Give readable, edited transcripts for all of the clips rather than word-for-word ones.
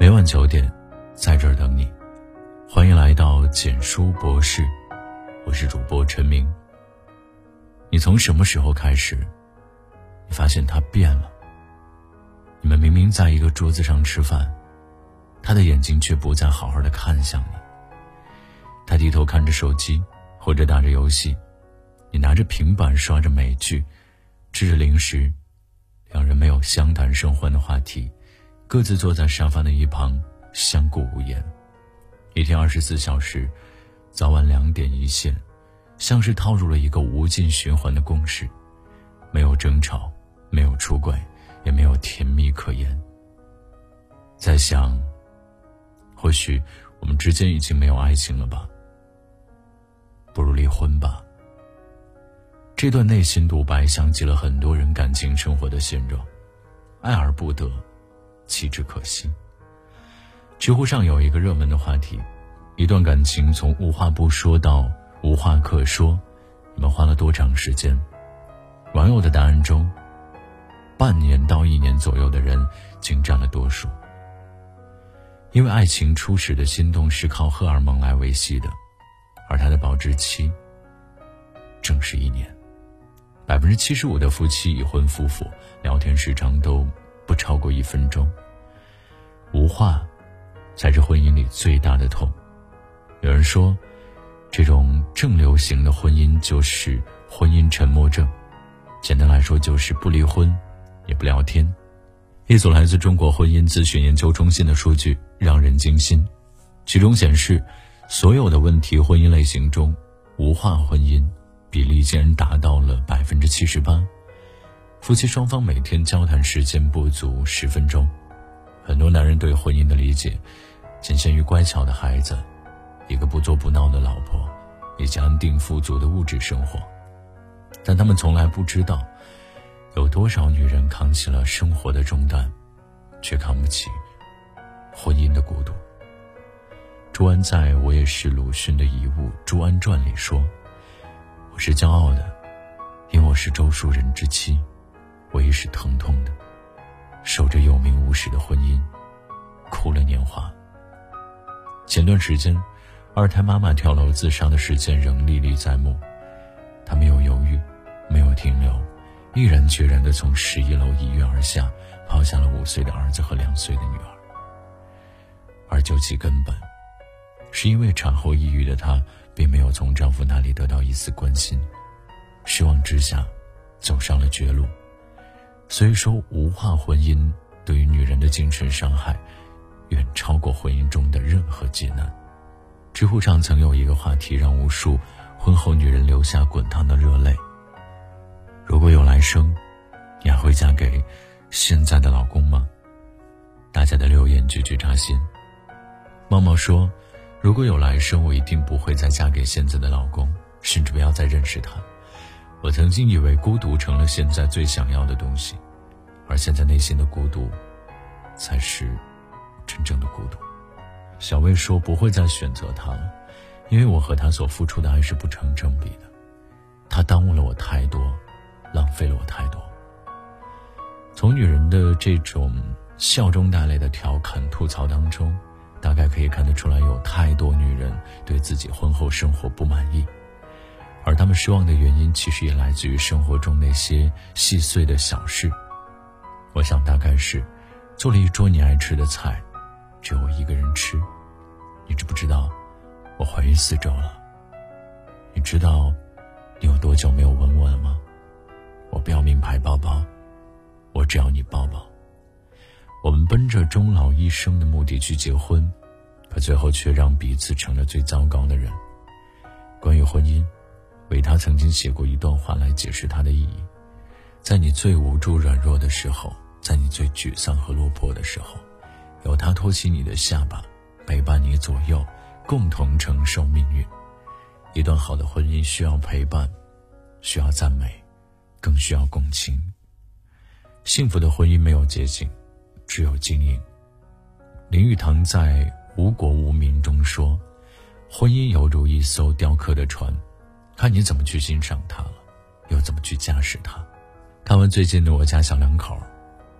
每晚9点，在这儿等你。欢迎来到简书博士，我是主播陈明。你从什么时候开始，你发现他变了？你们明明在一个桌子上吃饭，他的眼睛却不再好好的看向你。他低头看着手机，或者打着游戏，你拿着平板刷着美剧，吃着零食。两人没有相谈甚欢的话题，各自坐在沙发的一旁，相顾无言。一天24小时，早晚2点一线，像是套入了一个无尽循环的公式，没有争吵，没有出轨，也没有甜蜜可言。在想，或许我们之间已经没有爱情了吧，不如离婚吧。这段内心独白想起了很多人感情生活的现状，爱而不得，弃之可惜。知乎上有一个热门的话题，一段感情从无话不说到无话可说，你们花了多长时间？网友的答案中，半年到1年左右的人竟占了多数。因为爱情初始的心动是靠荷尔蒙来维系的，而它的保质期正是1年。75%的夫妻已婚夫妇聊天时长都不超过1分钟。无话才是婚姻里最大的痛。有人说，这种正流行的婚姻就是婚姻沉默症，简单来说就是不离婚也不聊天。一组来自中国婚姻咨询研究中心的数据让人惊心，其中显示，所有的问题婚姻类型中，无话婚姻比例竟然达到了78%。夫妻双方每天交谈时间不足10分钟。很多男人对婚姻的理解仅限于乖巧的孩子，一个不作不闹的老婆，以及安定富足的物质生活。但他们从来不知道，有多少女人扛起了生活的重担，却扛不起婚姻的孤独。朱安在《我也是鲁迅的遗物》朱安传里说，我是骄傲的，因我是周树人之妻，我也是疼痛的，守着有名无实的婚姻，哭了年华。前段时间2胎妈妈跳楼自杀的事件仍历历在目，她没有犹豫，没有停留，毅然决然地从11楼一跃而下，抛下了5岁的儿子和2岁的女儿。而究其根本，是因为产后抑郁的她并没有从丈夫那里得到一丝关心，失望之下走上了绝路。所以说，无话婚姻对于女人的精神伤害远超过婚姻中的任何劫难。知乎上曾有一个话题让无数婚后女人流下滚烫的热泪，如果有来生，你还会嫁给现在的老公吗？大家的留言句句扎心。茂茂说，如果有来生，我一定不会再嫁给现在的老公，甚至不要再认识他。我曾经以为孤独成了现在最想要的东西，而现在内心的孤独才是真正的孤独。小魏说，不会再选择他了，因为我和他所付出的爱是不成正比的，他耽误了我太多，浪费了我太多。从女人的这种笑中带泪的调侃吐槽当中，大概可以看得出来，有太多女人对自己婚后生活不满意，而她们失望的原因其实也来自于生活中那些细碎的小事。我想大概是做了一桌你爱吃的菜，只有我一个人吃。你知不知道我怀孕4周了？你知道你有多久没有吻我了吗？我不要名牌包包，我只要你抱抱。我们奔着终老一生的目的去结婚，可最后却让彼此成了最糟糕的人。关于婚姻，维他曾经写过一段话来解释它的意义。在你最无助软弱的时候，在你最沮丧和落魄的时候，有他托起你的下巴，陪伴你左右，共同承受命运。一段好的婚姻需要陪伴，需要赞美，更需要共情。幸福的婚姻没有捷径，只有经营。林语堂在《无国无民》中说，婚姻犹如一艘雕刻的船，看你怎么去欣赏它了，又怎么去驾驶它。看完最近的我家小两口，我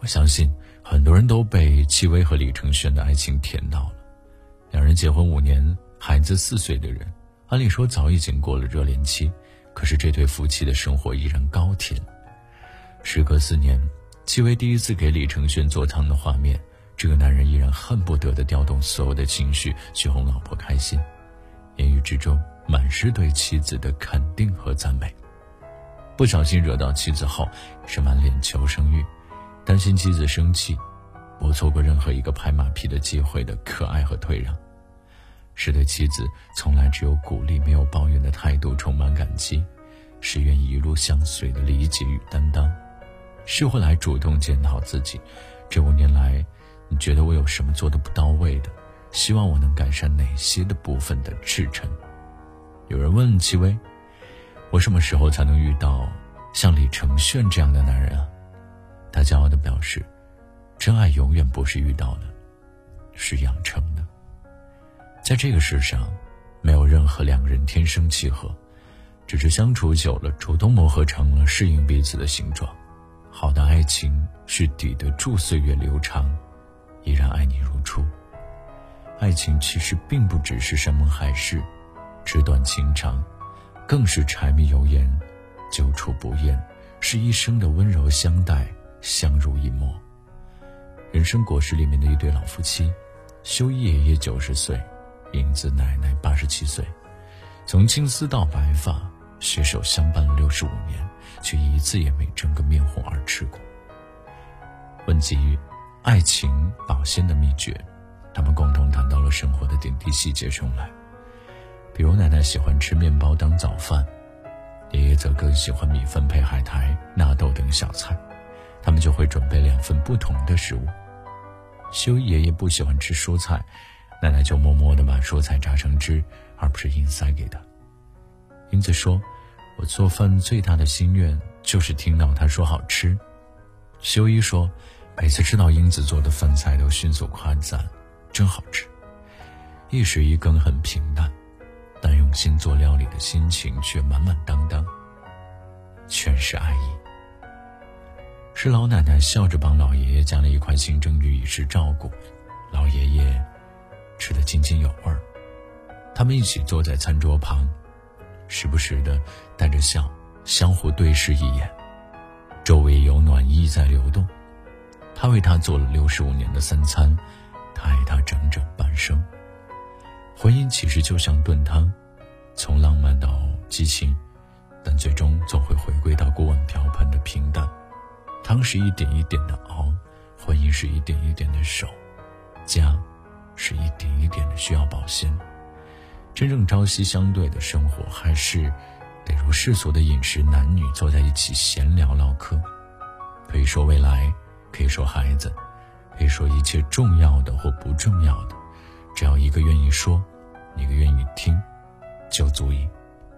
我相信很多人都被戚薇和李承铉的爱情甜到了。两人结婚5年，孩子4岁的人，按理说早已经过了热恋期，可是这对夫妻的生活依然高甜。时隔4年，戚薇第一次给李承铉做汤的画面，这个男人依然恨不得地调动所有的情绪去哄老婆开心，言语之中满是对妻子的肯定和赞美。不小心惹到妻子后，是满脸求生欲，担心妻子生气，不错过任何一个拍马屁的机会的可爱和退让，是对妻子从来只有鼓励没有抱怨的态度充满感激，是愿意一路相随的理解与担当，是会来主动检讨自己，这5年来你觉得我有什么做得不到位的，希望我能改善哪些的部分的赤诚。有人问戚薇，我什么时候才能遇到像李承铉这样的男人啊？他骄傲地表示，真爱永远不是遇到的，是养成的。在这个世上，没有任何2个人天生契合，只是相处久了，主动磨合成了适应彼此的形状。好的爱情是抵得住岁月流长，依然爱你如初。爱情其实并不只是山盟海誓、纸短情长，更是柴米油盐、久处不厌，是一生的温柔相待，相濡以沫。人生果实里面的一对老夫妻，修一爷爷90岁，英子奶奶87岁，从青丝到白发，携手相伴了65年，却一次也没争个面红耳赤过。问及爱情保鲜的秘诀，他们共同谈到了生活的点滴细节中来。比如奶奶喜欢吃面包当早饭，爷爷则更喜欢米饭配海苔、纳豆等小菜，他们就会准备2份不同的食物。修爷爷不喜欢吃蔬菜，奶奶就默默地把蔬菜榨成汁，而不是硬塞给他。英子说，我做饭最大的心愿就是听到他说好吃。修一说，每次吃到英子做的饭菜都迅速夸赞，真好吃。一时一羹很平淡，但用心做料理的心情却满满当当，全是爱意。是老奶奶笑着帮老爷爷夹了一块清蒸鱼以示照顾，老爷爷吃得津津有味儿。他们一起坐在餐桌旁，时不时地带着笑相互对视一眼，周围有暖意在流动。他为他做了65年的3餐，他爱他整整半生。婚姻其实就像炖汤，从浪漫到激情，但最终总会回归到锅碗瓢盆的平淡。汤是一点一点的熬，婚姻是一点一点的守，家是一点一点的需要保鲜。真正朝夕相对的生活，还是得如世俗的饮食，男女坐在一起闲聊唠嗑，可以说未来，可以说孩子，可以说一切重要的或不重要的，只要一个愿意说，一个愿意听，就足以。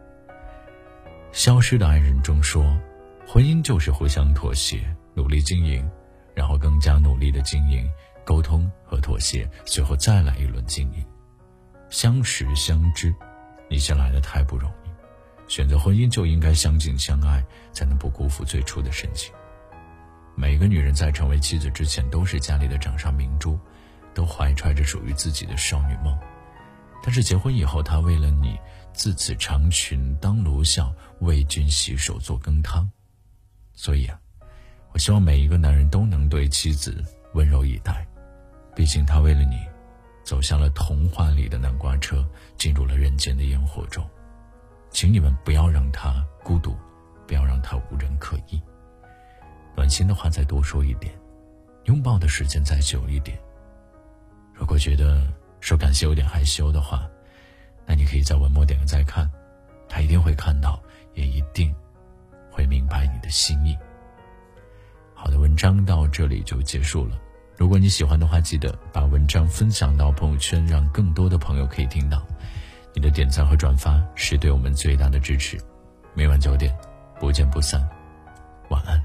消失的爱人中说，婚姻就是互相妥协，努力经营，然后更加努力的经营，沟通和妥协，最后再来一轮经营。相识相知，你先来的太不容易，选择婚姻就应该相敬相爱，才能不辜负最初的深情。每个女人在成为妻子之前都是家里的掌上明珠，都怀揣着属于自己的少女梦。但是结婚以后，她为了你自此长裙当炉笑，为君洗手做羹汤。所以我希望每一个男人都能对妻子温柔以待，毕竟他为了你走向了童话里的南瓜车，进入了人间的烟火中。请你们不要让他孤独，不要让他无人可依。暖心的话再多说一点，拥抱的时间再久一点。如果觉得说感谢有点害羞的话，那你可以在文末点个再看，他一定会看到，也一定会明白你的心意。好的，文章到这里就结束了。如果你喜欢的话，记得把文章分享到朋友圈，让更多的朋友可以听到。你的点赞和转发是对我们最大的支持。每晚9点，不见不散。晚安。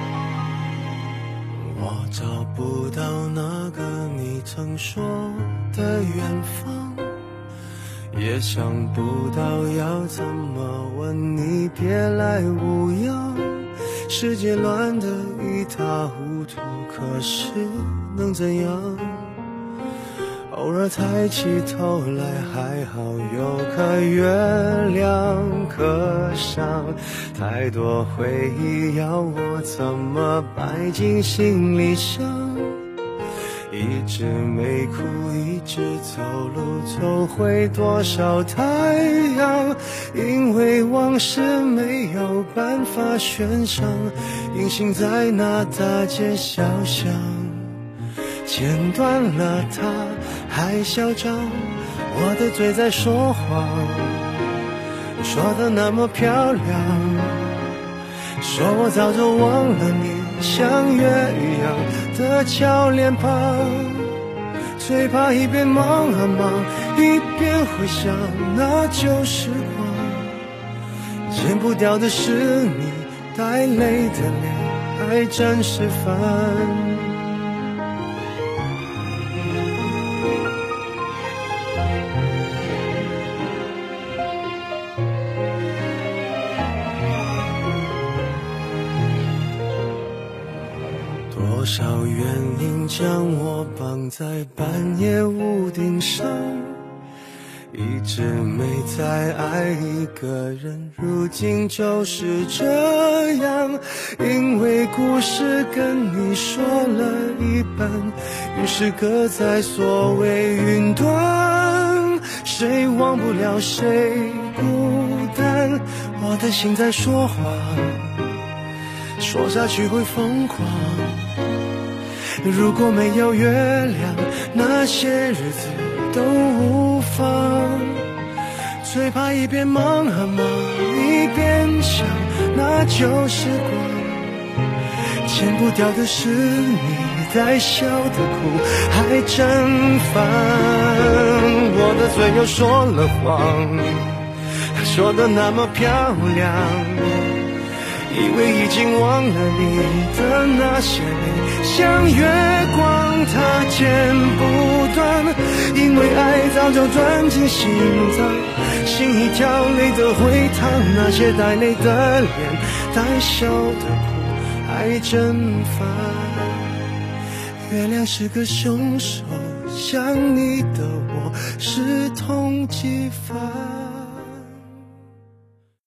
我找不到那个你曾说的的远方，也想不到要怎么问你，别来无恙。世界乱得一塌糊涂，可是能怎样？偶尔抬起头来，还好有个月亮可赏。太多回忆要我怎么摆进行李箱？一直没哭，一直走路，走回多少太阳？因为往事没有办法悬赏，隐形在那大街小巷。剪断了它还嚣张，我的嘴在说谎，说的那么漂亮，说我早就忘了你像月一样的俏脸庞。最怕一边忙啊忙，一边回想那旧时光，剪不掉的是你带泪的脸，还真是烦。多少原因将我绑在半夜屋顶上，一直没再爱一个人，如今就是这样。因为故事跟你说了一半，于是搁在所谓云端，谁忘不了谁孤单。我的心在说谎，说下去会疯狂。如果没有月亮，那些日子都无妨。最怕一边忙啊忙，一边想那旧时光，剪不掉的是你在笑的哭，还真烦。我的嘴又说了谎，说的那么漂亮，以为已经忘了你的那些泪，像月光它剪不断。因为爱早就钻进心脏，心一跳泪得会淌，那些带泪的脸，带笑的哭，还真烦。月亮是个凶手，想你的我是痛几番。